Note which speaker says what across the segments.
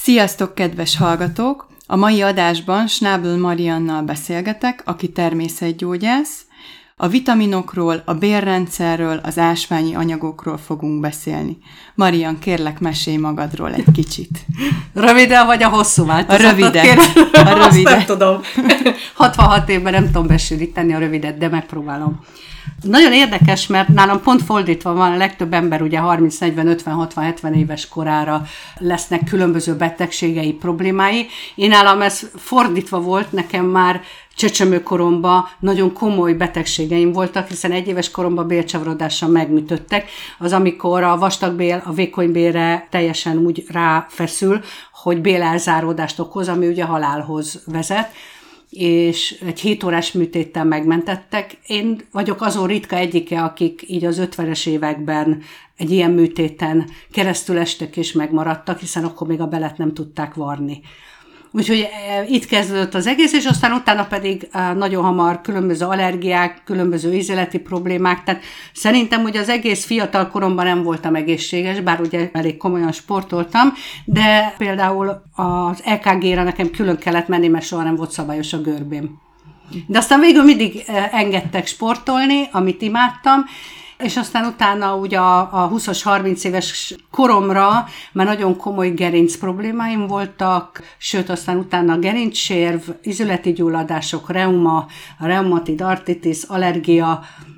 Speaker 1: Sziasztok, kedves hallgatók! A mai adásban Schnabel Mariannal beszélgetek, aki természetgyógyász. A vitaminokról, a bélrendszerről, az ásványi anyagokról fogunk beszélni. Marian, kérlek, mesélj magadról egy kicsit.
Speaker 2: Röviden vagy a hosszú változatot?
Speaker 1: A rövidet.
Speaker 2: Azt nem tudom. 66 évben nem tudom besűríteni a rövidet, de megpróbálom. Nagyon érdekes, mert nálam pont fordítva van, a legtöbb ember ugye 30, 40, 50, 60, 70 éves korára lesznek különböző betegségei, problémái. Én nálam ez fordítva volt, nekem már csecsemőkoromban nagyon komoly betegségeim voltak, hiszen 1 éves koromban bélcsavarodással megműtöttek. Az, amikor a vastagbél a vékony bélre teljesen úgy ráfeszül, hogy bélelzáródást okoz, ami ugye halálhoz vezet, és egy 7 órás műtéttel megmentettek. Én vagyok azon ritka egyike, akik így az 50-es években egy ilyen műtéten keresztül estek és megmaradtak, hiszen akkor még a belet nem tudták varni. Úgyhogy itt kezdődött az egész, és aztán utána pedig nagyon hamar különböző allergiák, különböző ízleti problémák, tehát szerintem ugye az egész fiatal koromban nem voltam egészséges, bár ugye elég komolyan sportoltam, de például az EKG-ra nekem külön kellett menni, mert soha nem volt szabályos a görbém. De aztán végül mindig engedtek sportolni, amit imádtam, és aztán utána ugye a 20-as, 30 éves koromra már nagyon komoly gerinc problémáim voltak, sőt aztán utána gerincsérv, ízületi gyulladások, reuma, reumatid artritis, allergia,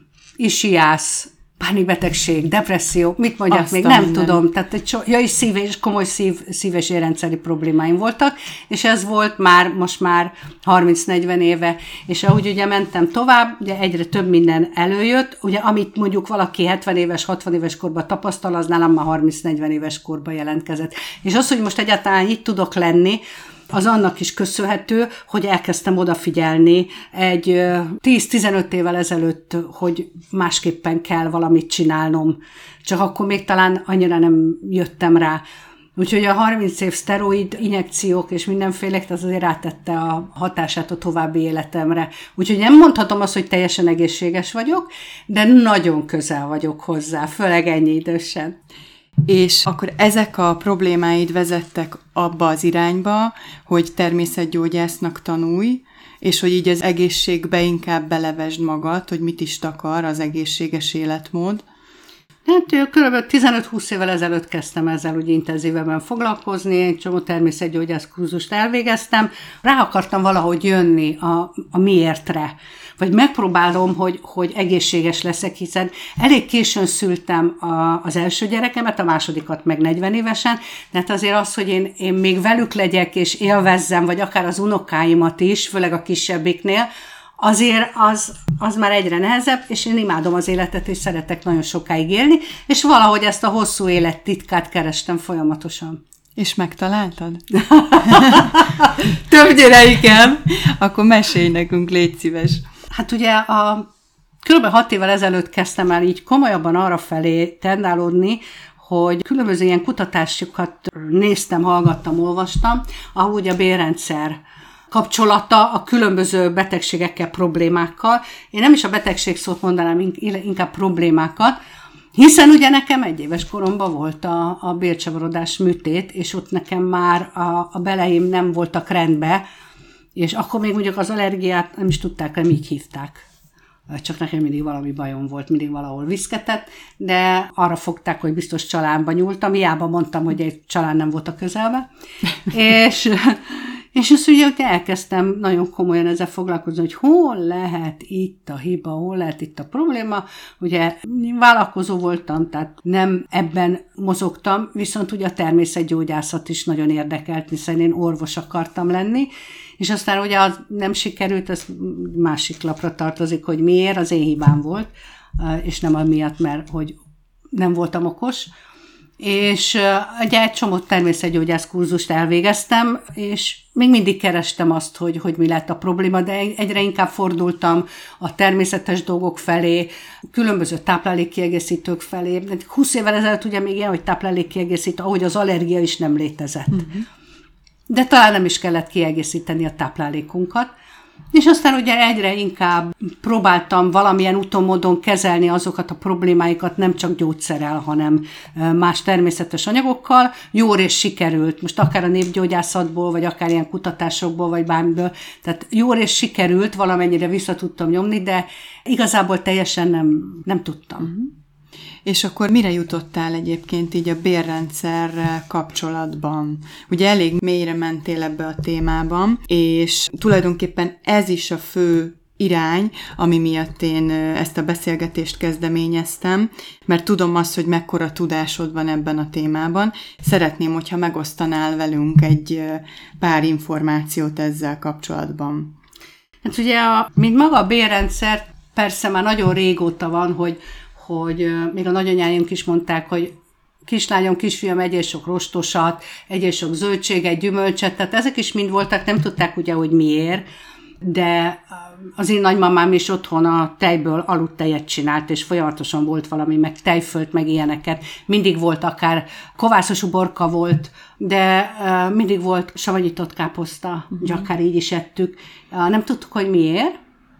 Speaker 2: isiász, pánikbetegség, depresszió, mit mondjak
Speaker 1: azt
Speaker 2: még, nem tudom. Tehát komoly szív- és érrendszeri problémáim voltak, és ez volt most már 30-40 éve, és ahogy ugye mentem tovább, ugye egyre több minden előjött, ugye amit mondjuk valaki 70 éves, 60 éves korban tapasztal, az nálam már 30-40 éves korban jelentkezett. És az, hogy most egyáltalán itt tudok lenni, az annak is köszönhető, hogy elkezdtem odafigyelni egy 10-15 évvel ezelőtt, hogy másképpen kell valamit csinálnom. Csak akkor még talán annyira nem jöttem rá. Úgyhogy a 30 év szteroid injekciók és mindenfélek, az azért rátette a hatását a további életemre. Úgyhogy nem mondhatom azt, hogy teljesen egészséges vagyok, de nagyon közel vagyok hozzá, főleg ennyi idősen.
Speaker 1: És akkor ezek a problémáid vezettek abba az irányba, hogy természetgyógyásznak tanulj, és hogy így az egészségbe inkább belevesd magad, hogy mit is takar az egészséges életmód.
Speaker 2: Hát kb. 15-20 évvel ezelőtt kezdtem ezzel úgy intenzívebben foglalkozni, egy csomó természetgyógyász kurzust elvégeztem, rá akartam valahogy jönni a miértre, vagy megpróbálom, hogy egészséges leszek, hiszen elég későn szültem az első gyerekemet, a másodikat meg 40 évesen, tehát azért az, hogy én még velük legyek és élvezzem, vagy akár az unokáimat is, főleg a kisebbiknél, azért az már egyre nehezebb, és én imádom az életet, és szeretek nagyon sokáig élni, és valahogy ezt a hosszú élet titkát kerestem folyamatosan.
Speaker 1: És megtaláltad?
Speaker 2: Többnyire igen.
Speaker 1: Akkor mesélj nekünk, légy szíves.
Speaker 2: Hát ugye kb. 6 évvel ezelőtt kezdtem el így komolyabban arra felé tendálódni, hogy különböző ilyen kutatásokat néztem, hallgattam, olvastam, ahol ugye a bélrendszer kapcsolata a különböző betegségekkel, problémákkal. Én nem is a betegség szót mondanám, inkább problémákat, hiszen ugye nekem 1 éves koromban volt a bélcsavarodás műtét, és ott nekem már a beleim nem voltak rendben, és akkor még mondjuk az allergiát nem is tudták, nem így hívták. Csak nekem mindig valami bajom volt, mindig valahol viszketett, de arra fogták, hogy biztos csalánba nyúltam, hiába mondtam, hogy egy csalán nem volt a közelben. És ezt ugye elkezdtem nagyon komolyan ezzel foglalkozni, hogy hol lehet itt a hiba, hol lehet itt a probléma. Ugye vállalkozó voltam, tehát nem ebben mozogtam, viszont ugye a természetgyógyászat is nagyon érdekelt, hiszen én orvos akartam lenni, és aztán ugye az nem sikerült, ez másik lapra tartozik, hogy miért, az én hibám volt, és nem amiatt, mert hogy nem voltam okos. És egy csomó természetgyógyász kurzust elvégeztem, és még mindig kerestem azt, hogy mi lett a probléma, de egyre inkább fordultam a természetes dolgok felé, különböző táplálékkiegészítők felé. 20 évvel ezelőtt ugye még ilyen, hogy táplálékkiegészítő, ahogy az allergia is nem létezett. Uh-huh. De talán nem is kellett kiegészíteni a táplálékunkat. És aztán ugye egyre inkább próbáltam valamilyen úton, módon kezelni azokat a problémáikat, nem csak gyógyszerrel, hanem más természetes anyagokkal. Jó rész sikerült, most akár a népgyógyászatból, vagy akár ilyen kutatásokból, vagy bármiből. Tehát jó rész sikerült, valamennyire vissza tudtam nyomni, de igazából teljesen nem tudtam.
Speaker 1: És akkor mire jutottál egyébként így a bérrendszerrel kapcsolatban? Ugye elég mélyre mentél ebbe a témában, és tulajdonképpen ez is a fő irány, ami miatt én ezt a beszélgetést kezdeményeztem, mert tudom azt, hogy mekkora tudásod van ebben a témában. Szeretném, hogyha megosztanál velünk egy pár információt ezzel kapcsolatban.
Speaker 2: Hát ugye, mint maga a bérrendszer, persze már nagyon régóta van, hogy még a nagyanyáink is mondták, hogy kislányom, kisfiam, egyél sok rostosat, egyél sok zöldséget, gyümölcset, tehát ezek is mind voltak, nem tudták ugye, hogy miért, de az én nagymamám is otthon a tejből aludtejet csinált, és folyamatosan volt valami, meg tejfölt, meg ilyeneket. Mindig volt akár kovászos uborka volt, de mindig volt savanyított káposzta, akár így is ettük. Nem tudtuk, hogy miért,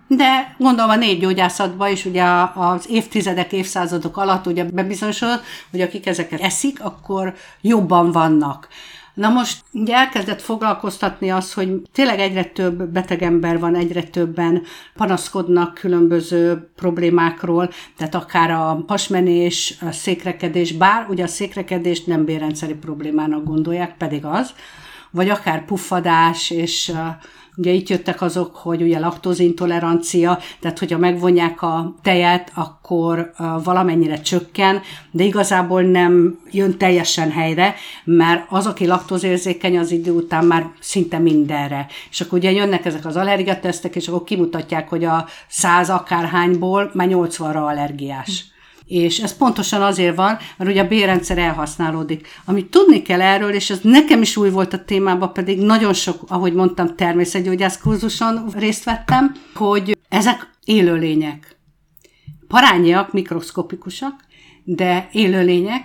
Speaker 2: de gondolom a népgyógyászatban is ugye az évtizedek, évszázadok alatt ugye bebizonyosodott, hogy akik ezeket eszik, akkor jobban vannak. Na most ugye elkezdett foglalkoztatni az, hogy tényleg egyre több beteg ember van, egyre többen panaszkodnak különböző problémákról, tehát akár a hasmenés, a székrekedés, bár ugye a székrekedést nem bérrendszeri problémának gondolják, pedig az, vagy akár puffadás, és ugye itt jöttek azok, hogy ugye laktózintolerancia, tehát hogyha megvonják a tejet, akkor valamennyire csökken, de igazából nem jön teljesen helyre, mert az, aki laktózérzékeny, az idő után már szinte mindenre. És akkor ugye jönnek ezek az allergiatesztek, és akkor kimutatják, hogy a 100 akárhányból már 80-ra allergiás. És ez pontosan azért van, mert ugye a bérrendszer elhasználódik. Amit tudni kell erről, és ez nekem is új volt a témában, pedig nagyon sok, ahogy mondtam, természetgyógyász kurzuson részt vettem, hogy ezek élőlények. Parányiak, mikroszkopikusak, de élőlények,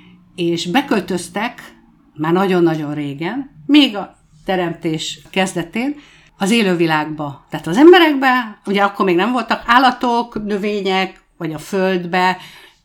Speaker 2: és beköltöztek már nagyon-nagyon régen, még a teremtés kezdetén, az élővilágba. Tehát az emberekbe, ugye akkor még nem voltak állatok, növények, vagy a földbe,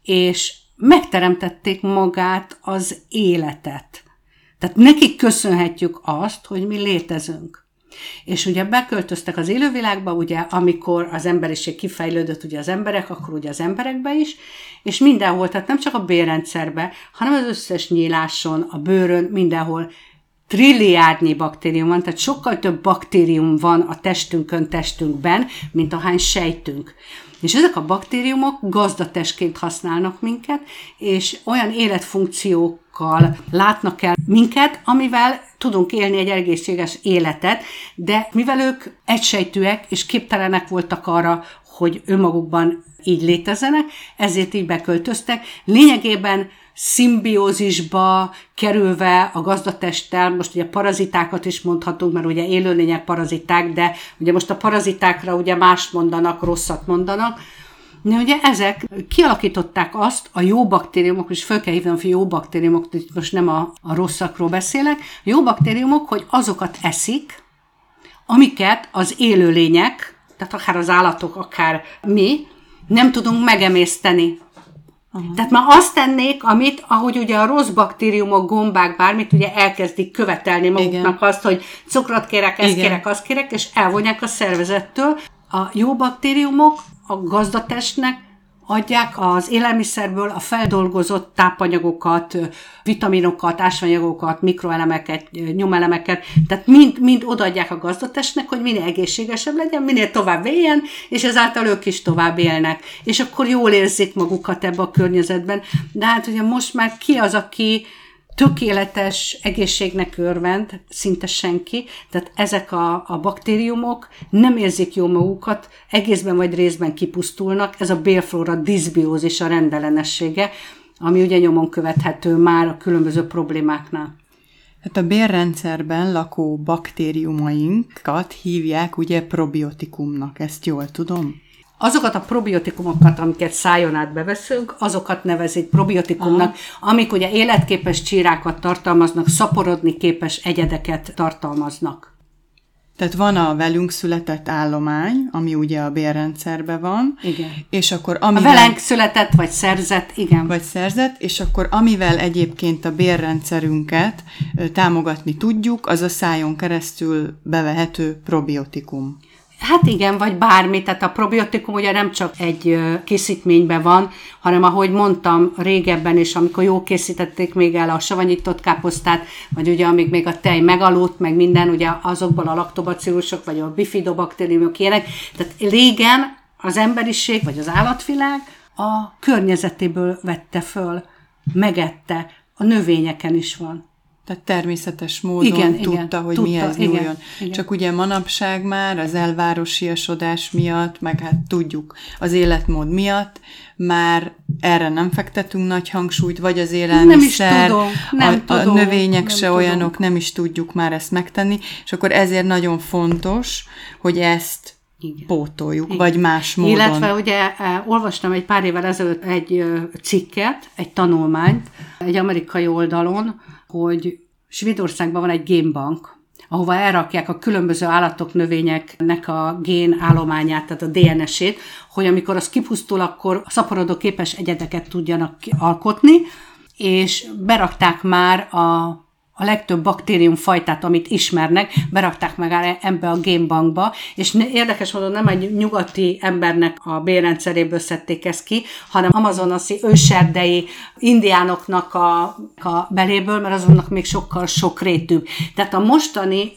Speaker 2: és megteremtették magát az életet. Tehát nekik köszönhetjük azt, hogy mi létezünk. És ugye beköltöztek az élővilágba, ugye amikor az emberiség kifejlődött ugye az emberek, akkor ugye az emberekbe is, és mindenhol, tehát nem csak a bérrendszerbe, hanem az összes nyíláson, a bőrön, mindenhol trilliárdnyi baktérium van, tehát sokkal több baktérium van a testünkben, mint ahány sejtünk. És ezek a baktériumok gazdatestként használnak minket, és olyan életfunkciókkal látnak el minket, amivel tudunk élni egy egészséges életet, de mivel ők egysejtűek és képtelenek voltak arra, hogy önmagukban így létezzenek, ezért így beköltöztek. Lényegében szimbiózisba kerülve a gazdatesttel, most ugye parazitákat is mondhatunk, mert ugye élőlények paraziták, de ugye most a parazitákra ugye mást mondanak, rosszat mondanak, de ugye ezek kialakították azt, a jó baktériumok, és föl kell hívnom, hogy jó baktériumok, most nem a rosszakról beszélek, a jó baktériumok, hogy azokat eszik, amiket az élőlények, tehát akár az állatok, akár mi, nem tudunk megemészteni. Aha. Tehát már azt tennék, amit, ahogy ugye a rossz baktériumok, gombák, bármit ugye elkezdik követelni maguknak. Igen. Azt, hogy cukrot kérek, ezt Igen. kérek, azt kérek, és elvonják a szervezettől. A jó baktériumok a gazdatestnek adják az élelmiszerből a feldolgozott tápanyagokat, vitaminokat, ásványanyagokat, mikroelemeket, nyomelemeket, tehát mind odaadják a gazdatestnek, hogy minél egészségesebb legyen, minél tovább éljen, és ezáltal ők is tovább élnek. És akkor jól érzik magukat ebbe a környezetben. De hát ugye most már ki az, aki tökéletes egészségnek örvend, szinte senki, tehát ezek a baktériumok nem érzik jól magukat, egészben vagy részben kipusztulnak, ez a bélflóra diszbiózis, a rendellenessége, ami ugye nyomon követhető már a különböző problémáknál.
Speaker 1: Hát a bélrendszerben lakó baktériumainkat hívják ugye probiotikumnak, ezt jól tudom?
Speaker 2: Azokat a probiotikumokat, amiket szájon át beveszünk, azokat nevezik probiotikumnak, amik ugye életképes csírákat tartalmaznak, szaporodni képes egyedeket tartalmaznak.
Speaker 1: Tehát van a velünk született állomány, ami ugye a bérrendszerben van.
Speaker 2: Igen.
Speaker 1: És akkor
Speaker 2: a velünk született, vagy szerzett, igen.
Speaker 1: Vagy szerzett, és akkor amivel egyébként a bérrendszerünket támogatni tudjuk, az a szájon keresztül bevehető probiotikum.
Speaker 2: Hát igen, vagy bármi, tehát a probiotikum ugye nem csak egy készítményben van, hanem ahogy mondtam régebben is, amikor jól készítették még el a savanyított káposztát, vagy ugye amíg még a tej megaludt, meg minden, ugye azokból a laktobacillusok, vagy a bifidobaktériumok ilyenek. Tehát régen az emberiség, vagy az állatvilág a környezetéből vette föl, megette, a növényeken is van.
Speaker 1: Tehát természetes módon tudta, hogy mihez nyúljon. Igen. Csak ugye manapság már az elvárosiasodás miatt, meg hát tudjuk, az életmód miatt már erre nem fektetünk nagy hangsúlyt, vagy az élelmiszer, a növények se olyanok, nem is tudjuk már ezt megtenni, és akkor ezért nagyon fontos, hogy ezt pótoljuk, vagy más módon.
Speaker 2: Illetve ugye olvastam egy pár évvel ezelőtt egy cikket, egy tanulmányt, egy amerikai oldalon, hogy Svédországban van egy génbank, ahova elrakják a különböző állatok, növényeknek a génállományát, tehát a DNS-ét, hogy amikor az kipusztul, akkor szaporodó képes egyedeket tudjanak alkotni, és berakták már a legtöbb baktériumfajtát, amit ismernek, berakták meg ebbe a génbankba, és érdekes módon nem egy nyugati embernek a bérrendszeréből szedték ezt ki, hanem amazonasi őserdei indiánoknak a beléből, mert azonnak még sokkal sokrétűbb. Tehát a mostani,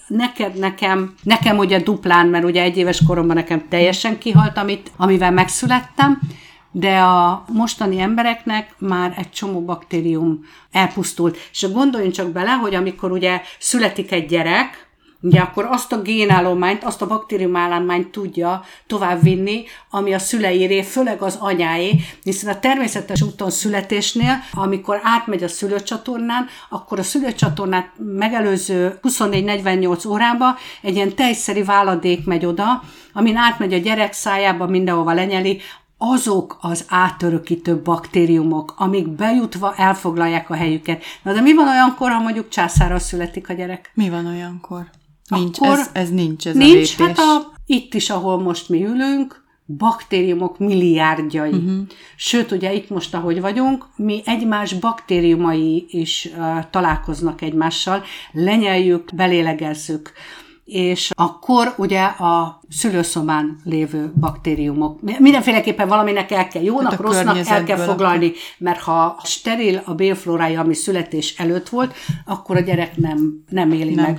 Speaker 2: nekem ugye duplán, mert ugye 1 éves koromban nekem teljesen kihalt, amivel megszülettem, de a mostani embereknek már egy csomó baktérium elpusztult. És gondoljunk csak bele, hogy amikor ugye születik egy gyerek, ugye akkor azt a génállományt, azt a baktériumállományt tudja továbbvinni, ami a szüleiré, főleg az anyáé, hiszen a természetes úton születésnél, amikor átmegy a szülőcsatornán, akkor a szülőcsatornát megelőző 24-48 órában egy ilyen tejszeri váladék megy oda, amin átmegy a gyerek szájába, mindenhova lenyeli, azok az átörökítő baktériumok, amik bejutva elfoglalják a helyüket. Na de mi van olyankor, ha mondjuk császárral születik a gyerek?
Speaker 1: Mi van olyankor? Nincs, ez nincs, ez
Speaker 2: nincs,
Speaker 1: a lépés.
Speaker 2: Hát itt is, ahol most mi ülünk, baktériumok milliárdjai. Sőt, ugye itt most, ahogy vagyunk, mi egymás baktériumai is találkoznak egymással, lenyeljük, belélegezzük. És akkor ugye a szülőszobán lévő baktériumok. Mindenféleképpen valaminek el kell, jónak, hát rossznak el kell foglalni, mert ha steril a bélflórája, ami születés előtt volt, akkor a gyerek nem éli meg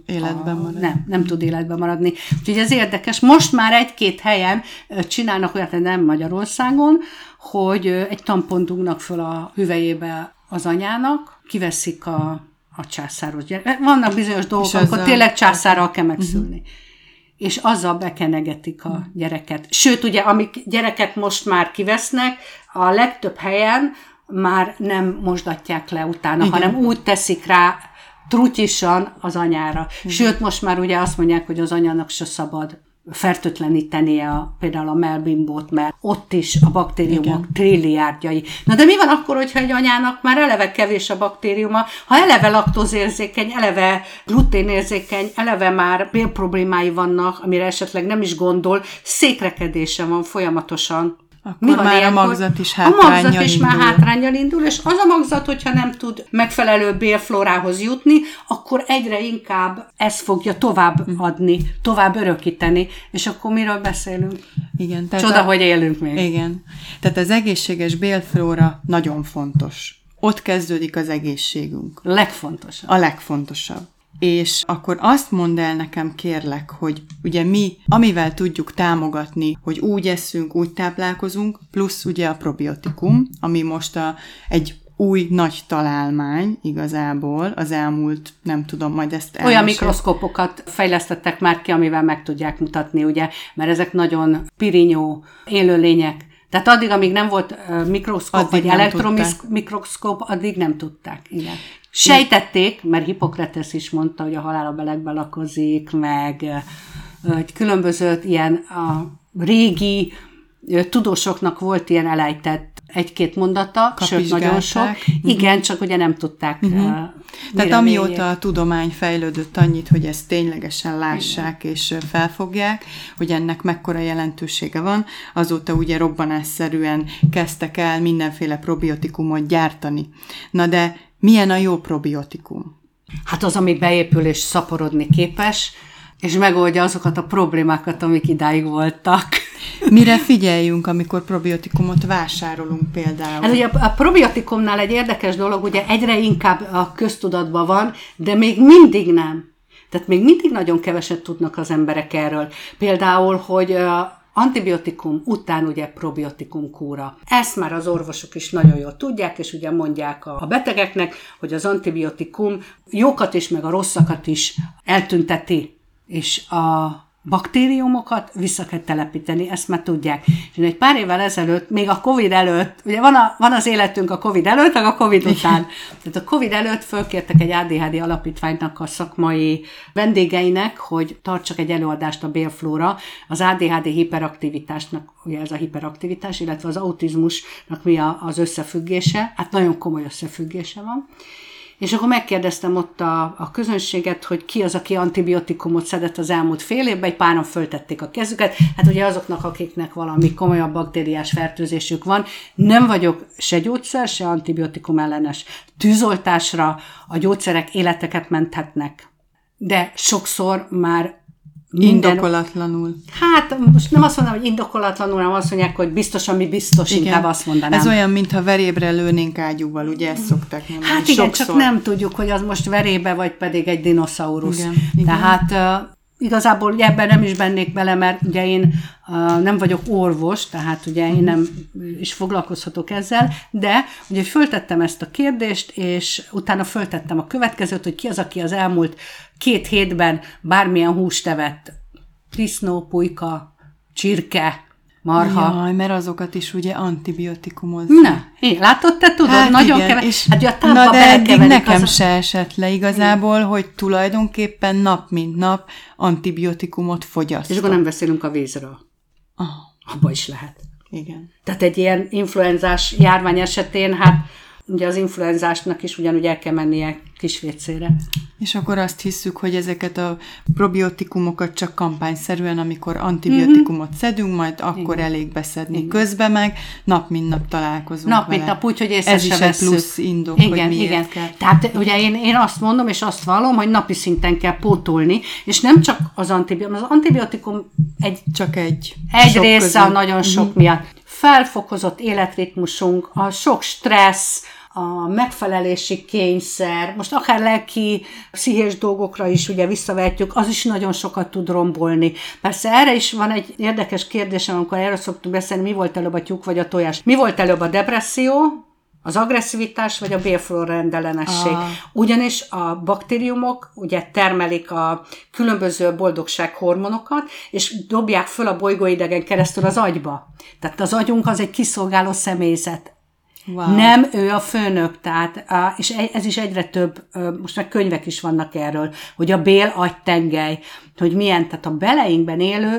Speaker 2: nem tud életben maradni. Úgyhogy ez érdekes. Most már 1-2 helyen csinálnak olyat, nem Magyarországon, hogy egy tampont dugnak föl a hüvelyébe az anyának, kiveszik a császáros gyerek. Vannak bizonyos dolgok, amikor tényleg császárral kell megszülni. És azzal bekenegetik a gyereket. Sőt, ugye, amik gyereket most már kivesznek, a legtöbb helyen már nem mosdatják le utána, hanem úgy teszik rá trutyisan az anyára. Sőt, most már ugye azt mondják, hogy az anyának se szabad fertőtlenítenie például a melbimbót, mert ott is a baktériumok trilliárdjai. Na de mi van akkor, hogyha egy anyának már eleve kevés a baktériuma, ha eleve laktózérzékeny, eleve gluténérzékeny, eleve már bélproblémái vannak, amire esetleg nem is gondol, székrekedése van folyamatosan.
Speaker 1: Akkor már a magzat is hátránnyal indul. A magzat is
Speaker 2: már hátránnyal indul, és az a magzat, hogyha nem tud megfelelő bélflórához jutni, akkor egyre inkább ezt fogja tovább adni, tovább örökíteni, és akkor miről beszélünk?
Speaker 1: Igen,
Speaker 2: Csoda, hogy élünk még.
Speaker 1: Igen. Tehát az egészséges bélflóra nagyon fontos. Ott kezdődik az egészségünk.
Speaker 2: Legfontosabb.
Speaker 1: A legfontosabb. És akkor azt mondd el nekem, kérlek, hogy ugye mi, amivel tudjuk támogatni, hogy úgy eszünk, úgy táplálkozunk, plusz ugye a probiotikum, ami most egy új nagy találmány igazából az elmúlt, nem tudom, majd ezt
Speaker 2: olyan mikroszkópokat fejlesztettek már ki, amivel meg tudják mutatni, ugye, mert ezek nagyon pirinyó élőlények. Tehát addig, amíg nem volt mikroszkóp, vagy elektromikroszkóp, addig nem tudták. Igen. Sejtették, mert Hippokrates is mondta, hogy a halál a belegbe lakozik, meg különböző ilyen a régi tudósoknak volt ilyen elejtett egy-két mondata, sőt, nagyon sok. Igen, csak ugye nem tudták.
Speaker 1: Tehát amióta a tudomány fejlődött annyit, hogy ezt ténylegesen lássák és felfogják, hogy ennek mekkora jelentősége van, azóta ugye robbanásszerűen kezdtek el mindenféle probiotikumot gyártani. Na de milyen a jó probiotikum?
Speaker 2: Hát az, ami beépül és szaporodni képes, és megoldja azokat a problémákat, amik idáig voltak.
Speaker 1: Mire figyeljünk, amikor probiotikumot vásárolunk például?
Speaker 2: Hát ugye a probiotikumnál egy érdekes dolog, ugye egyre inkább a köztudatban van, de még mindig nem. Tehát még mindig nagyon keveset tudnak az emberek erről. Például, hogy antibiotikum után ugye probiotikum kúra. Ezt már az orvosok is nagyon jól tudják, és ugye mondják a betegeknek, hogy az antibiotikum jókat is, meg a rosszakat is eltünteti, és a baktériumokat vissza kell telepíteni, ezt már tudják. És egy pár évvel ezelőtt, még a Covid előtt, ugye van az életünk a Covid előtt, meg a Covid után. Tehát a Covid előtt fölkértek egy ADHD alapítványnak a szakmai vendégeinek, hogy tartsak egy előadást a bélflóra, az ADHD hiperaktivitásnak, ugye ez a hiperaktivitás, illetve az autizmusnak mi az összefüggése, hát nagyon komoly összefüggése van. És akkor megkérdeztem ott a közönséget, hogy ki az, aki antibiotikumot szedett az elmúlt fél évben, egy páran föltették a kezüket. Hát ugye azoknak, akiknek valami komolyabb baktériás fertőzésük van, nem vagyok se gyógyszer, se antibiotikum ellenes. Tűzoltásra a gyógyszerek életeket menthetnek. De sokszor már
Speaker 1: indokolatlanul.
Speaker 2: Hát most nem azt mondom, hogy indokolatlanul, hanem azt mondják, hogy biztos, ami biztos, igen. Inkább azt mondanám.
Speaker 1: Ez olyan, mintha verébre lőnénk ágyúval, ugye ezt szokták mondani.
Speaker 2: Hát igen, sokszor. Csak nem tudjuk, hogy az most verébe, vagy pedig egy dinoszaurusz. Igen. Tehát igazából ugye ebben nem is bennék bele, mert ugye én nem vagyok orvos, tehát ugye én nem is foglalkozhatok ezzel, de ugye föltettem ezt a kérdést, és utána föltettem a következőt, hogy ki az, aki az elmúlt 2 hétben bármilyen húst evett, disznó, pulyka, csirke, marha.
Speaker 1: Jaj, mert azokat is ugye antibiotikumot.
Speaker 2: Na, látod, te tudod, hát nagyon kevés. Hát
Speaker 1: a na de eddig nekem se esett le igazából, hogy tulajdonképpen nap mint nap antibiotikumot fogyasztok.
Speaker 2: És akkor nem beszélünk a vízről. Abba is lehet.
Speaker 1: Igen.
Speaker 2: Tehát egy ilyen influenzás járvány esetén, hát ugye az influenzásnak is ugyanúgy el kell mennie kisvécére.
Speaker 1: És akkor azt hisszük, hogy ezeket a probiotikumokat csak kampányszerűen, amikor antibiotikumot szedünk, majd akkor elég beszedni. Igen. Közben meg nap mint nap találkozunk
Speaker 2: nap mint nap, úgyhogy észre se vesszük.
Speaker 1: Ez is egy plusz indok,
Speaker 2: igen,
Speaker 1: hogy miért
Speaker 2: igen.
Speaker 1: kell.
Speaker 2: Tehát ugye én azt mondom, és azt vallom, hogy napi szinten kell pótolni, és nem csak az antibiotikum
Speaker 1: csak egy
Speaker 2: része a nagyon sok miatt. Felfokozott életritmusunk, a sok stressz, a megfelelési kényszer, most akár lelki, pszichés dolgokra is ugye visszavetjük, az is nagyon sokat tud rombolni. Persze erre is van egy érdekes kérdésem, amikor erről szoktunk beszélni, mi volt előbb a tyúk vagy a tojás. Mi volt előbb a depresszió, az agresszivitás vagy a bélflóra rendellenesség. Ugyanis a baktériumok ugye termelik a különböző boldogsághormonokat, és dobják föl a bolygóidegen keresztül az agyba. Tehát az agyunk az egy kiszolgáló személyzet. Wow. Nem ő a főnök, tehát, és ez is egyre több, most már könyvek is vannak erről, hogy a bél-agytengely, hogy milyen, tehát a beleinkben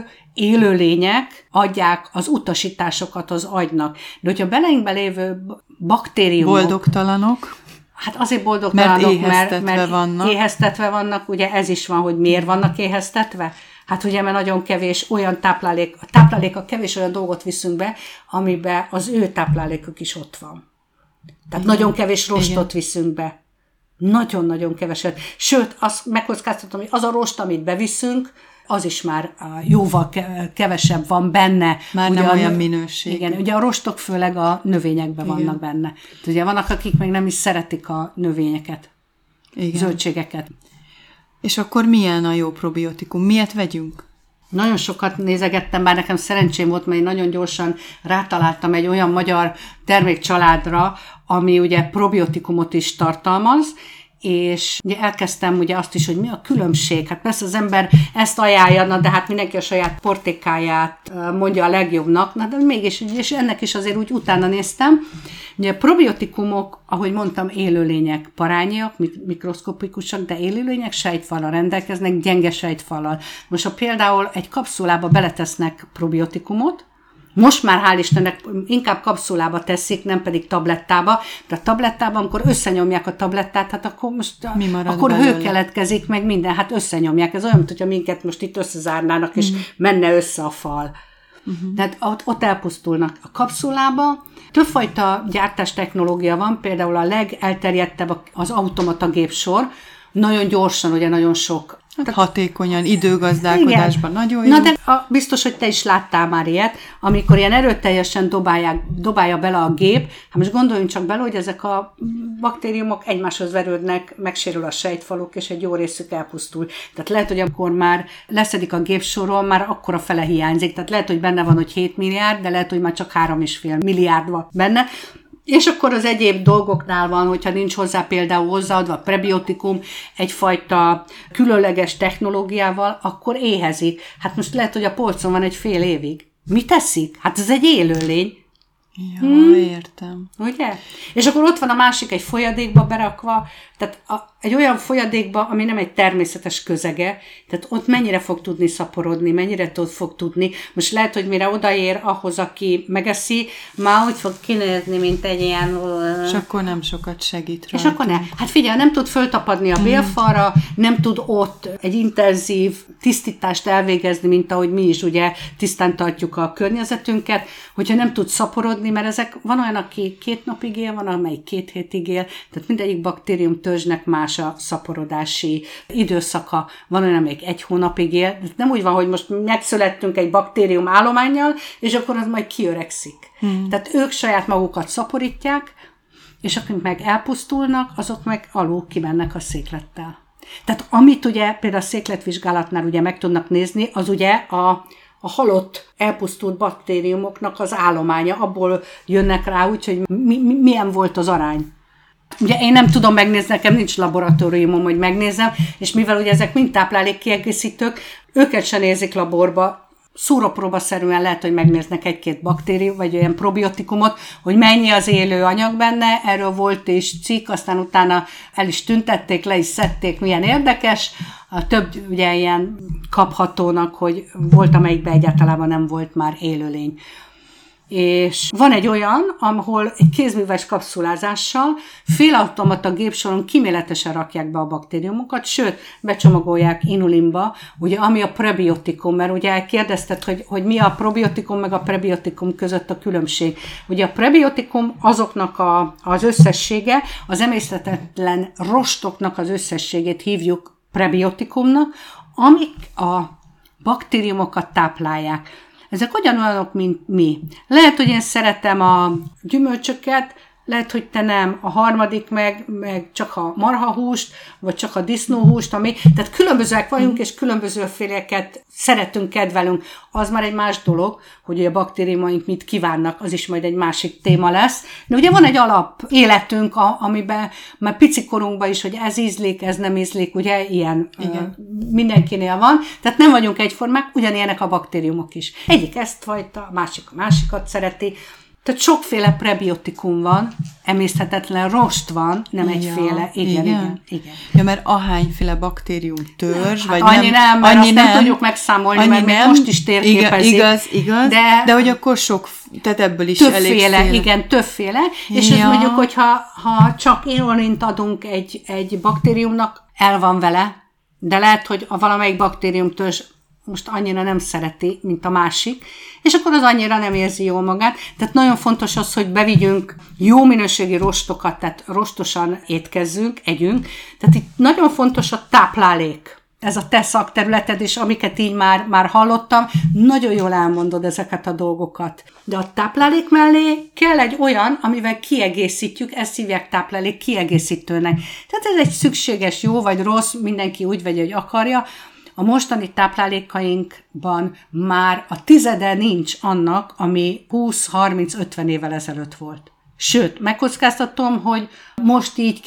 Speaker 2: élő lények adják az utasításokat az agynak. De hogyha beleinkben lévő baktériumok...
Speaker 1: Boldogtalanok.
Speaker 2: Hát azért boldogtalanok,
Speaker 1: mert vannak.
Speaker 2: Éheztetve vannak, ugye ez is van, hogy miért vannak éheztetve. Hát ugye, mert nagyon kevés olyan tápláléka kevés olyan dolgot viszünk be, amiben az ő táplálékuk is ott van. Tehát nagyon kevés rostot viszünk be. Nagyon-nagyon keveset. Sőt, azt megkockáztatom, hogy az a rost, amit beviszünk, az is már jóval kevesebb van benne.
Speaker 1: Már ugye nem olyan minőség.
Speaker 2: Igen, ugye a rostok főleg a növényekben vannak benne. Ugye vannak, akik meg nem is szeretik a növényeket, zöldségeket.
Speaker 1: És akkor milyen a jó probiotikum? Miért vegyünk?
Speaker 2: Nagyon sokat nézegettem, bár nekem szerencsém volt, mert én nagyon gyorsan rátaláltam egy olyan magyar termékcsaládra, ami ugye probiotikumot is tartalmaz, és ugye elkezdtem ugye azt is, hogy mi a különbség. Hát persze az ember ezt ajánlja, de hát mindenki a saját portékáját mondja a legjobbnak, de mégis, és ennek is azért úgy utána néztem. Ugye a probiotikumok, ahogy mondtam, élőlények, parányiak, mikroszkopikusak, de élőlények sejtfallal rendelkeznek, gyenge sejtfallal. Most ha például egy kapszulába beletesznek probiotikumot, Most már hál' Istennek inkább kapszulába teszik, nem pedig tablettába, de a tablettában, amikor összenyomják a tablettát, hát akkor most akkor hő keletkezik, meg minden, hát összenyomják. Ez olyan, mint hogyha minket most itt összezárnának, és menne össze a fal. Tehát ott elpusztulnak. A kapszulába többfajta gyártástechnológia van, például a legelterjedtebb az automata gépsor, nagyon gyorsan, ugye nagyon sok.
Speaker 1: Hát hatékonyan, időgazdálkodásban nagyon jó.
Speaker 2: Na de biztos, hogy te is láttál már ilyet, amikor ilyen erőteljesen dobálja bele a gép, hát most gondoljunk csak bele, hogy ezek a baktériumok egymáshoz verődnek, megsérül a sejtfaluk, és egy jó részük elpusztul. Tehát lehet, hogy akkor már leszedik a gépsorról, már akkora fele hiányzik. Tehát lehet, hogy benne van, hogy 7 milliárd, de lehet, hogy már csak 3,5 milliárd van benne. És akkor az egyéb dolgoknál van, hogyha nincs hozzá például hozzáadva prebiotikum egyfajta különleges technológiával, akkor éhezik. Hát most lehet, hogy a polcon van egy fél évig. Mit teszik? Hát ez egy élőlény.
Speaker 1: Ja, értem.
Speaker 2: Ugye? És akkor ott van a másik egy folyadékba berakva, tehát egy olyan folyadékba, ami nem egy természetes közege, tehát ott mennyire fog tudni szaporodni, mennyire fog tudni. Most lehet, hogy mire odaér ahhoz, aki megeszi, már úgy fog kinézni, mint egy ilyen...
Speaker 1: És akkor nem sokat segít rá.
Speaker 2: És akkor ne. Hát figyelj, nem tud föltapadni a bélfalra, nem tud ott egy intenzív tisztítást elvégezni, mint ahogy mi is ugye tisztán tartjuk a környezetünket, hogyha nem tud szaporodni, mert ezek van olyan, aki 2 napig él, van, amelyik 2 hétig él, tehát mindegyik baktérium törzsnek más a szaporodási időszaka, van olyan, amelyik 1 hónapig él. Nem úgy van, hogy most megszülettünk egy baktérium állománnyal, és akkor az majd kiöregszik. Tehát ők saját magukat szaporítják, és akik meg elpusztulnak, azok meg alul kimennek a széklettel. Tehát amit ugye például a székletvizsgálatnál ugye meg tudnak nézni, az ugye a halott, elpusztult baktériumoknak az állománya, abból jönnek rá, úgyhogy milyen volt az arány. Ugye én nem tudom megnézni, nekem nincs laboratóriumom, hogy megnézzem, és mivel ugye ezek mind táplálékkiegészítők, őket se nézik laborba, szúrópróbaszerűen lehet, hogy megnéznek 1-2 baktérium, vagy olyan probiotikumot, hogy mennyi az élő anyag benne, erről volt és cikk, aztán utána el is tüntették, le is szedték, milyen érdekes. A több ugye ilyen kaphatónak, hogy volt, amelyikben egyáltalán nem volt már élőlény. És van egy olyan, ahol egy kézműves kapszulázással félautomata gépsoron kíméletesen rakják be a baktériumokat, sőt, becsomagolják inulinba, ugye, ami a prebiotikum, mert ugye kérdezted, hogy mi a probiotikum meg a prebiotikum között a különbség. Ugye a prebiotikum azoknak az összessége, az emészthetetlen rostoknak az összességét hívjuk prebiotikumnak, amik a baktériumokat táplálják. Ezek ugyanolyanok, mint mi. Lehet, hogy én szeretem a gyümölcsöket, lehet, hogy te nem. A harmadik meg csak a marhahúst, vagy csak a disznóhúst, tehát különbözőek vagyunk, és különbözőféleket szeretünk, kedvelünk. Az már egy más dolog, hogy a baktériumaink mit kívánnak, az is majd egy másik téma lesz. De ugye van egy alap életünk, amiben már picikorunkban is, hogy ez ízlik, ez nem ízlik, ugye ilyen mindenkinél van. Tehát nem vagyunk egyformák, ugyanilyenek a baktériumok is. Egyik ezt fajta, a másikat szereti. Tehát sokféle prebiotikum van, emészthetetlen rost van, nem egyféle. Igen.
Speaker 1: Ja, mert ahányféle baktérium törzs,
Speaker 2: hát vagy annyi nem, mert annyi nem tudjuk megszámolni, mert még most is térképezik.
Speaker 1: Igaz, de hogy akkor sok, tehát ebből is
Speaker 2: többféle, igen, többféle, és ez mondjuk, hogyha csak inulint adunk egy baktériumnak, el van vele, de lehet, hogy a valamelyik baktérium törzs most annyira nem szereti, mint a másik, és akkor az annyira nem érzi jól magát. Tehát nagyon fontos az, hogy bevigyünk jó minőségi rostokat, tehát rostosan étkezzünk, együnk. Tehát itt nagyon fontos a táplálék. Ez a te szakterületed is, amiket így már hallottam, nagyon jól elmondod ezeket a dolgokat. De a táplálék mellé kell egy olyan, amivel kiegészítjük, ezt hívják táplálék kiegészítőnek. Tehát ez egy szükséges, jó vagy rossz, mindenki úgy vegye, hogy akarja. A mostani táplálékainkban már a 10 nincs annak, ami 20-30-50 évvel ezelőtt volt. Sőt, megkockáztatom, hogy most így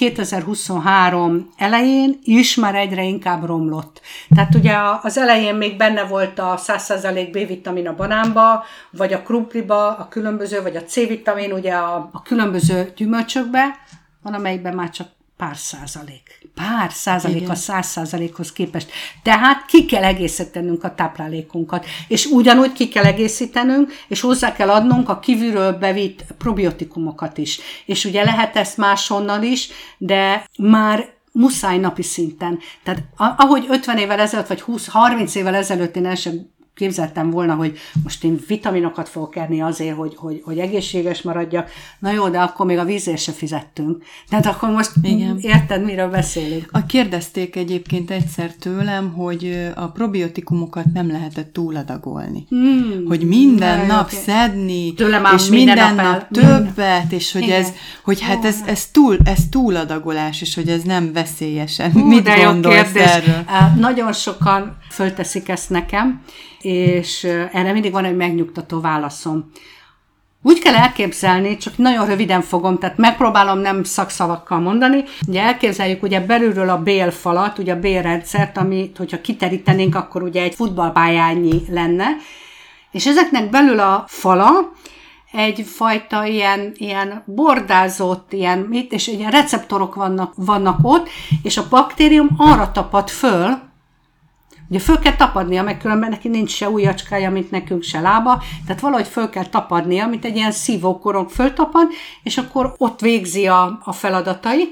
Speaker 2: 2023 elején is már egyre inkább romlott. Tehát ugye az elején még benne volt a 100% B-vitamin a banánba, vagy a krumpliba, a különböző, vagy a C-vitamin ugye a különböző gyümölcsökbe, van amelyikben már csak pár százalék igen. A 100%-hoz képest. Tehát ki kell egészítenünk a táplálékunkat, és ugyanúgy ki kell egészítenünk, és hozzá kell adnunk a kívülről bevitt probiotikumokat is. És ugye lehet ezt máshonnan is, de már muszáj napi szinten. Tehát ahogy 50 évvel ezelőtt, vagy 20-30 évvel ezelőtt én el sem képzeltem volna, hogy most én vitaminokat fogok enni azért, hogy egészséges maradjak. Na jó, de akkor még a vízért se fizettünk. Tehát akkor most igen. Érted, miről beszélünk?
Speaker 1: Kérdezték egyébként egyszer tőlem, hogy a probiotikumokat nem lehetett túladagolni. Hogy minden nap szedni, és minden nap többet, és hogy igen. hogy hát ez túladagolás, és hogy ez nem veszélyesen. Mit gondolsz erről?
Speaker 2: Nagyon sokan fölteszik ezt nekem, és erre mindig van egy megnyugtató válaszom. Úgy kell elképzelni, csak nagyon röviden fogom, tehát megpróbálom nem szakszavakkal mondani. Ugye elképzeljük ugye belülről a bélfalat, ugye a bélrendszert, amit, hogyha kiterítenénk, akkor ugye egy futballpályányi lenne, és ezeknek belül a fala egyfajta ilyen bordázott, és ilyen receptorok vannak ott, és a baktérium arra tapad föl, ugye föl kell tapadnia, meg különben neki nincs se ujjacskája, mint nekünk, se lába, tehát valahogy föl kell tapadnia, mint egy ilyen szívókorong föltapad, és akkor ott végzi a feladatait,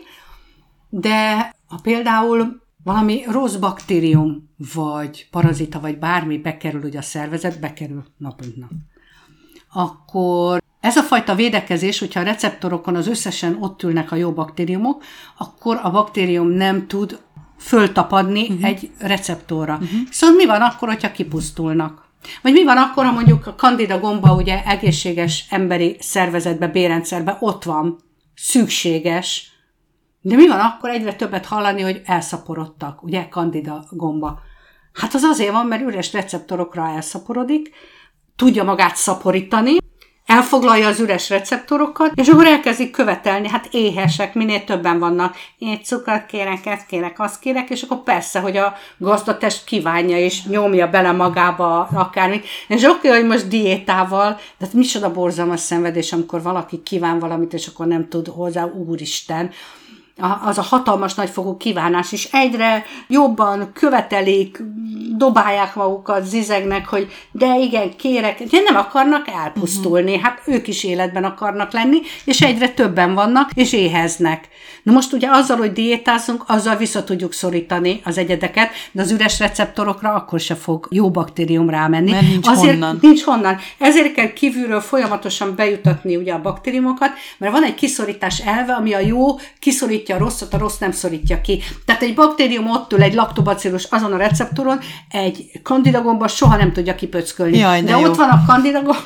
Speaker 2: de ha például valami rossz baktérium, vagy parazita, vagy bármi bekerül ugye a szervezet, bekerül nap mint nap, akkor ez a fajta védekezés, hogyha a receptorokon az összesen ott ülnek a jó baktériumok, akkor a baktérium nem tud föltapadni egy receptorra. Szóval mi van akkor, hogyha kipusztulnak? Vagy mi van akkor, ha mondjuk a Candida gomba ugye egészséges emberi szervezetbe, bélrendszerbe ott van, szükséges, de mi van akkor egyre többet hallani, hogy elszaporodtak, ugye Candida gomba? Hát az azért van, mert üres receptorokra elszaporodik, tudja magát szaporítani, elfoglalja az üres receptorokat, és akkor elkezdik követelni, hát éhesek, minél többen vannak. Én cukrot kérek, ezt kérek, azt kérek, és akkor persze, hogy a gazdatest kívánja, és nyomja bele magába akármit. És oké, hogy most diétával, de micsoda borzalmas szenvedés, amikor valaki kíván valamit, és akkor nem tud hozzá, úristen. Az a hatalmas nagyfokú kívánás is egyre jobban követelik, dobálják magukat, zizegnek, hogy de igen, kérek, de nem akarnak elpusztulni, hát ők is életben akarnak lenni, és egyre többen vannak, és éheznek. Na most ugye azzal, hogy diétázunk, azzal vissza tudjuk szorítani az egyedeket, de az üres receptorokra akkor se fog jó baktérium rámenni.
Speaker 1: Mert nincs honnan.
Speaker 2: Nincs honnan. Ezért kell kívülről folyamatosan bejutatni ugye a baktériumokat, mert van egy kiszorítás elve, ami a jó kiszorítja a rosszat, a rossz nem szorítja ki. Tehát egy baktérium ott ül, egy laktobacillus azon a receptoron, egy Candida gomba soha nem tudja kipöckölni.
Speaker 1: Jaj,
Speaker 2: de ott van a Candida gomba,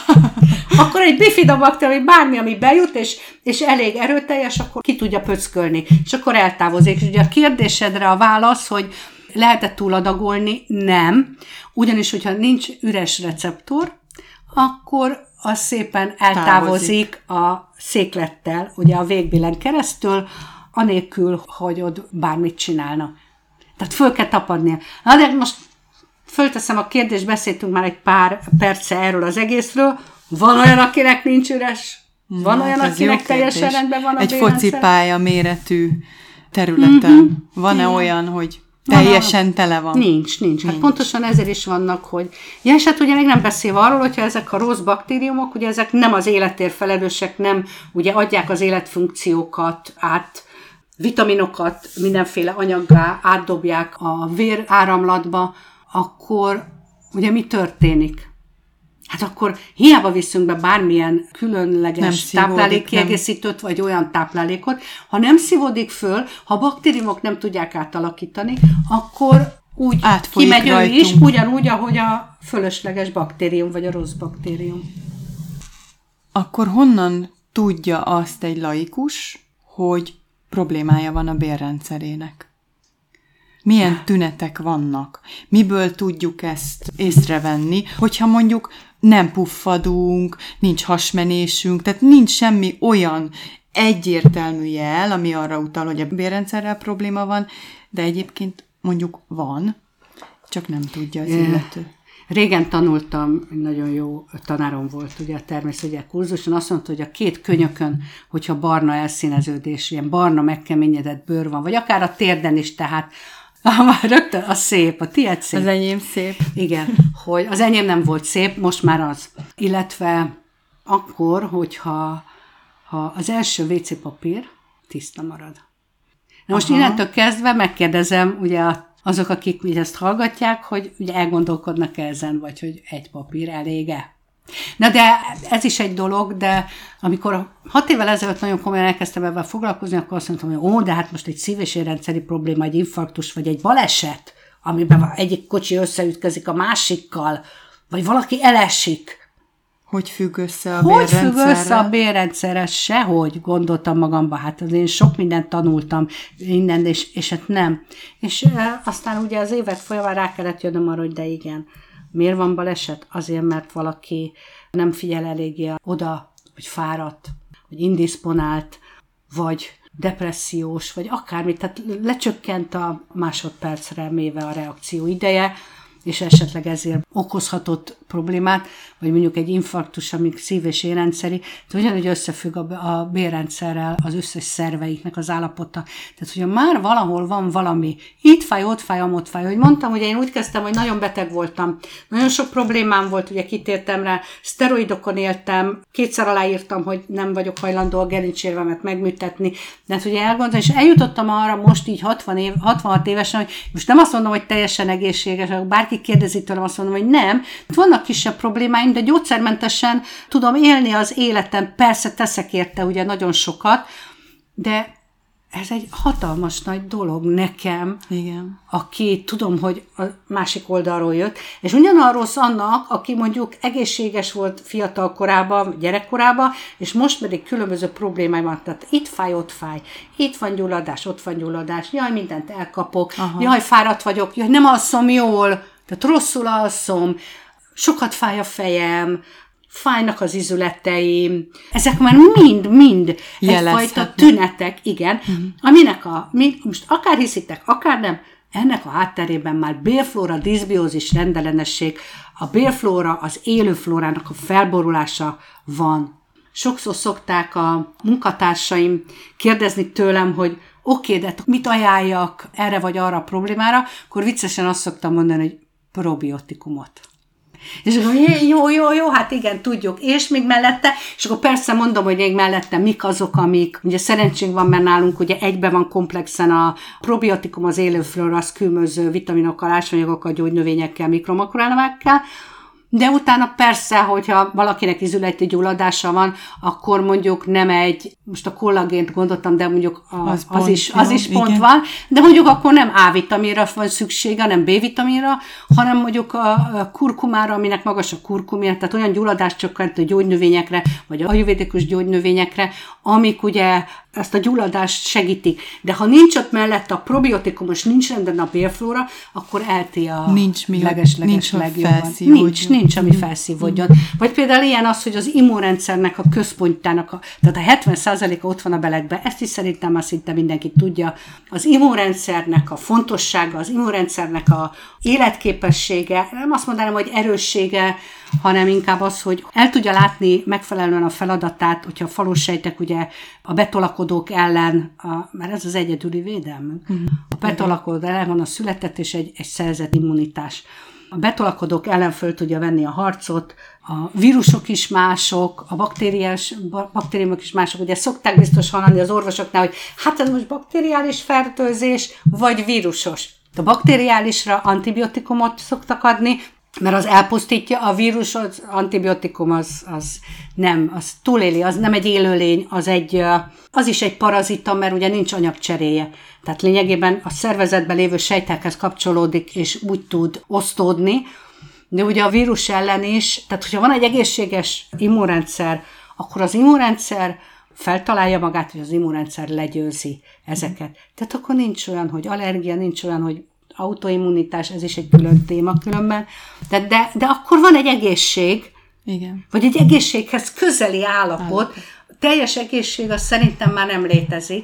Speaker 2: akkor egy bifidobakter, bármi, ami bejut, és elég erőteljes, akkor ki tudja pöckölni, és akkor eltávozik. És ugye a kérdésedre a válasz, hogy lehet-e túladagolni? Nem. Ugyanis, hogyha nincs üres receptor, akkor az szépen eltávozik a széklettel, ugye a végbilen keresztül, anélkül, hogy ott bármit csinálna. Tehát föl kell tapadnia. Na de most fölteszem a kérdést, beszéltünk már egy pár perce erről az egészről. Van olyan, akinek nincs üres? Van olyan, akinek teljesen rendben van a
Speaker 1: egy focipálya méretű területen. Van-e olyan, hogy teljesen tele van?
Speaker 2: Nincs. Hát pontosan ezért is vannak, hogy... Ja, és hát ugye még nem beszélve arról, hogyha ezek a rossz baktériumok, ugye ezek nem az életért felelősek, nem ugye adják az életfunkciókat át, vitaminokat mindenféle anyaggá átdobják a véráramlatba, akkor ugye mi történik? Hát akkor hiába viszünk be bármilyen különleges táplálékkiegészítőt, vagy olyan táplálékot, ha nem szívódik föl, ha a baktériumok nem tudják átalakítani, akkor úgy kimegy ő is, ugyanúgy, ahogy a fölösleges baktérium, vagy a rossz baktérium.
Speaker 1: Akkor honnan tudja azt egy laikus, hogy problémája van a bélrendszerének? Milyen tünetek vannak? Miből tudjuk ezt észrevenni, hogyha mondjuk nem puffadunk, nincs hasmenésünk, tehát nincs semmi olyan egyértelmű jel, ami arra utal, hogy a bélrendszerrel probléma van, de egyébként mondjuk van, csak nem tudja az illető.
Speaker 2: Régen tanultam, nagyon jó tanárom volt ugye a természetügyek kurzuson, azt mondta, hogy a 2 könyökön, hogyha barna elszíneződés, ilyen barna megkeményedett bőr van, vagy akár a térden is, tehát rögtön a szép, a tiéd szép.
Speaker 1: Az enyém szép.
Speaker 2: Igen, hogy az enyém nem volt szép, most már az. Illetve akkor, hogyha az első WC papír tiszta marad. Na most innentől kezdve megkérdezem, ugye azok, akik ugye ezt hallgatják, hogy ugye elgondolkodnak ezen, vagy hogy egy papír elég-e. Na de ez is egy dolog, de amikor 6 évvel ezelőtt nagyon komolyan elkezdtem ebben foglalkozni, akkor azt mondtam, hogy de hát most egy szív- és érrendszeri probléma, egy infarktus, vagy egy baleset, amiben egyik kocsi összeütközik a másikkal, vagy valaki elesik.
Speaker 1: Hogy függ össze a bérrendszerrel?
Speaker 2: Hogy függ össze a bérrendszerrel? Sehogy, gondoltam magamba. Hát én sok mindent tanultam, minden, és hát nem. És aztán ugye az évek folyamán rá kellett jönnöm arra, hogy de igen. Miért van baleset? Azért, mert valaki nem figyel eléggé oda, hogy fáradt, vagy indisponált, vagy depressziós, vagy akármi. Tehát lecsökkent a másodpercre méve a reakció ideje, és esetleg ezért okozhatott problémát, vagy mondjuk egy infarktus, amik szív- és érrendszeri, tehát ugyanúgy összefügg a bérrendszerrel, az összes szerveiknek az állapota. Tehát, hogyha már valahol van valami, itt fáj, ott fáj, amott fáj, hogy mondtam, hogy én úgy kezdtem, hogy nagyon beteg voltam, nagyon sok problémám volt, ugye kitértem rá, szteroidokon éltem, 2-szer aláírtam, hogy nem vagyok hajlandó a gerincérvemet megműtetni, de hát ugye elgondoltam, és eljutottam arra most így 66 évesen, hogy most nem azt mondom, hogy teljesen egészséges, bárki kérdezi tőlem, azt mondom, hogy nem. Vannak kisebb problémáim, de gyógyszermentesen tudom élni az életem. Persze teszek érte ugye nagyon sokat, de ez egy hatalmas nagy dolog nekem,
Speaker 1: igen,
Speaker 2: aki tudom, hogy a másik oldalról jött, és ugyanarról annak, aki mondjuk egészséges volt fiatal korában, gyerekkorában, és most pedig különböző problémáim van. Tehát itt fáj, ott fáj, itt van gyulladás, ott van gyulladás, jaj, mindent elkapok, jaj, fáradt vagyok, jaj, nem alszom jól, tehát rosszul alszom, sokat fáj a fejem, fájnak az izületeim, ezek már mind egyfajta tünetek, igen, aminek most akár hiszitek, akár nem, ennek a hátterében már bélflóra, diszbiózis, rendellenesség, a bélflóra, az élő flórának a felborulása van. Sokszor szokták a munkatársaim kérdezni tőlem, hogy oké, de mit ajánljak erre vagy arra a problémára, akkor viccesen azt szoktam mondani, hogy probiotikumot. És akkor jó, hát igen, tudjuk, és még mellette, és akkor persze mondom, hogy még mellette mik azok, amik, ugye szerencsénk van, mert nálunk ugye egyben van komplexen a probiotikum, az élőflóra, az különböző vitaminokkal, ásványanyagokkal, gyógynövényekkel, mikromakroelemekkel, de utána persze, hogyha valakinek izületi gyulladása van, akkor mondjuk nem most a kollagént gondoltam, de mondjuk az is pont van, de mondjuk akkor nem A-vitaminra van szüksége, nem B-vitaminra, hanem mondjuk a kurkumára, aminek magas a kurkumia, tehát olyan gyulladáscsökkentő gyógynövényekre, vagy ajurvédikus gyógynövényekre, amik ugye ezt a gyulladást segítik. De ha nincs ott mellett a probiotikum, és nincs rendben a bélflóra, akkor elti a leges legjobban. Nincs, ami felszívódjon. Vagy például ilyen az, hogy az immunrendszernek a központjának, tehát a 70%-a ott van a belegben, ezt is szerintem már szinte mindenki tudja. Az immunrendszernek a fontossága, az immunrendszernek a életképessége, nem azt mondanám, hogy erőssége, hanem inkább az, hogy el tudja látni megfelelően a feladatát, hogyha a falussejtek ugye a betolakodók ellen, mert ez az egyedüli védelmünk. A betolakodók ellen van a született és egy szerzett immunitás. A betolakodók ellen föl tudja venni a harcot, a vírusok is mások, a baktériumok is mások. Ugye szokták biztos hallani az orvosoknál, hogy hát ez most bakteriális fertőzés, vagy vírusos. A bakteriálisra antibiotikumot szoktak adni, mert az elpusztítja, a vírus, az antibiotikum az nem, az túléli, az nem egy élőlény, az is egy parazita, mert ugye nincs anyagcseréje. Tehát lényegében a szervezetben lévő sejtekhez kapcsolódik, és úgy tud osztódni, de ugye a vírus ellen is, tehát hogyha van egy egészséges immunrendszer, akkor az immunrendszer feltalálja magát, hogy az immunrendszer legyőzi ezeket. Tehát akkor nincs olyan, hogy allergia, nincs olyan, hogy autoimmunitás, ez is egy külön téma különben, de akkor van egy egészség, igen, vagy egy egészséghez közeli állapot. Teljes egészség az szerintem már nem létezik.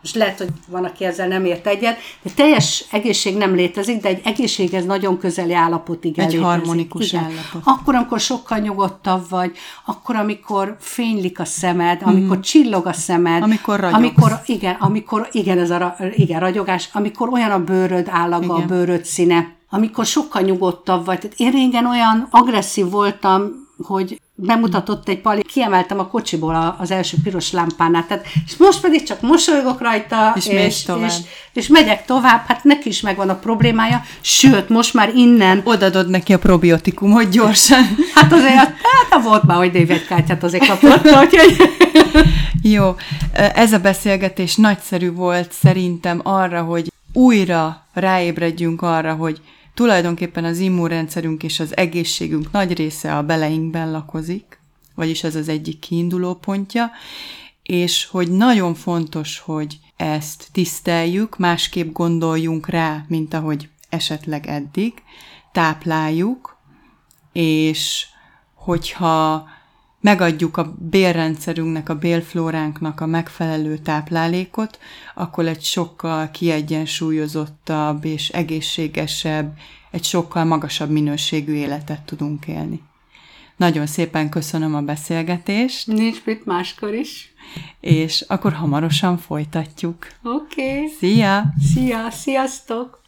Speaker 2: most lehet, hogy van, aki ezzel nem ért egyet, de teljes egészség nem létezik, de egy egészséghez nagyon közeli állapotig
Speaker 1: egy
Speaker 2: létezik.
Speaker 1: harmonikus állapot.
Speaker 2: Akkor, amikor sokkal nyugodtabb vagy, akkor, amikor fénylik a szemed, amikor csillog a szemed,
Speaker 1: amikor ragyogsz.
Speaker 2: Igen, ez ragyogás, amikor olyan a bőröd állaga, a bőröd színe, amikor sokkal nyugodtabb vagy. Tehát én régen olyan agresszív voltam, hogy bemutatott egy pali, kiemeltem a kocsiból az első piros lámpánál, tehát, és most pedig csak mosolygok rajta, és megyek tovább, hát neki is megvan a problémája, sőt, most már innen...
Speaker 1: Odadod neki a probiotikumot gyorsan.
Speaker 2: Hát azért, volt már, hogy névjegykártyát azért kapott, úgyhogy...
Speaker 1: Jó, ez a beszélgetés nagyszerű volt szerintem arra, hogy újra ráébredjünk arra, hogy tulajdonképpen az immunrendszerünk és az egészségünk nagy része a beleinkben lakozik, vagyis ez az egyik kiinduló pontja, és hogy nagyon fontos, hogy ezt tiszteljük, másképp gondoljunk rá, mint ahogy esetleg eddig, tápláljuk, és hogyha megadjuk a bélrendszerünknek, a bélflóránknak a megfelelő táplálékot, akkor egy sokkal kiegyensúlyozottabb és egészségesebb, egy sokkal magasabb minőségű életet tudunk élni. Nagyon szépen köszönöm a beszélgetést.
Speaker 2: Nincs mit, máskor is.
Speaker 1: És akkor hamarosan folytatjuk.
Speaker 2: Oké.
Speaker 1: Szia!
Speaker 2: Sziasztok!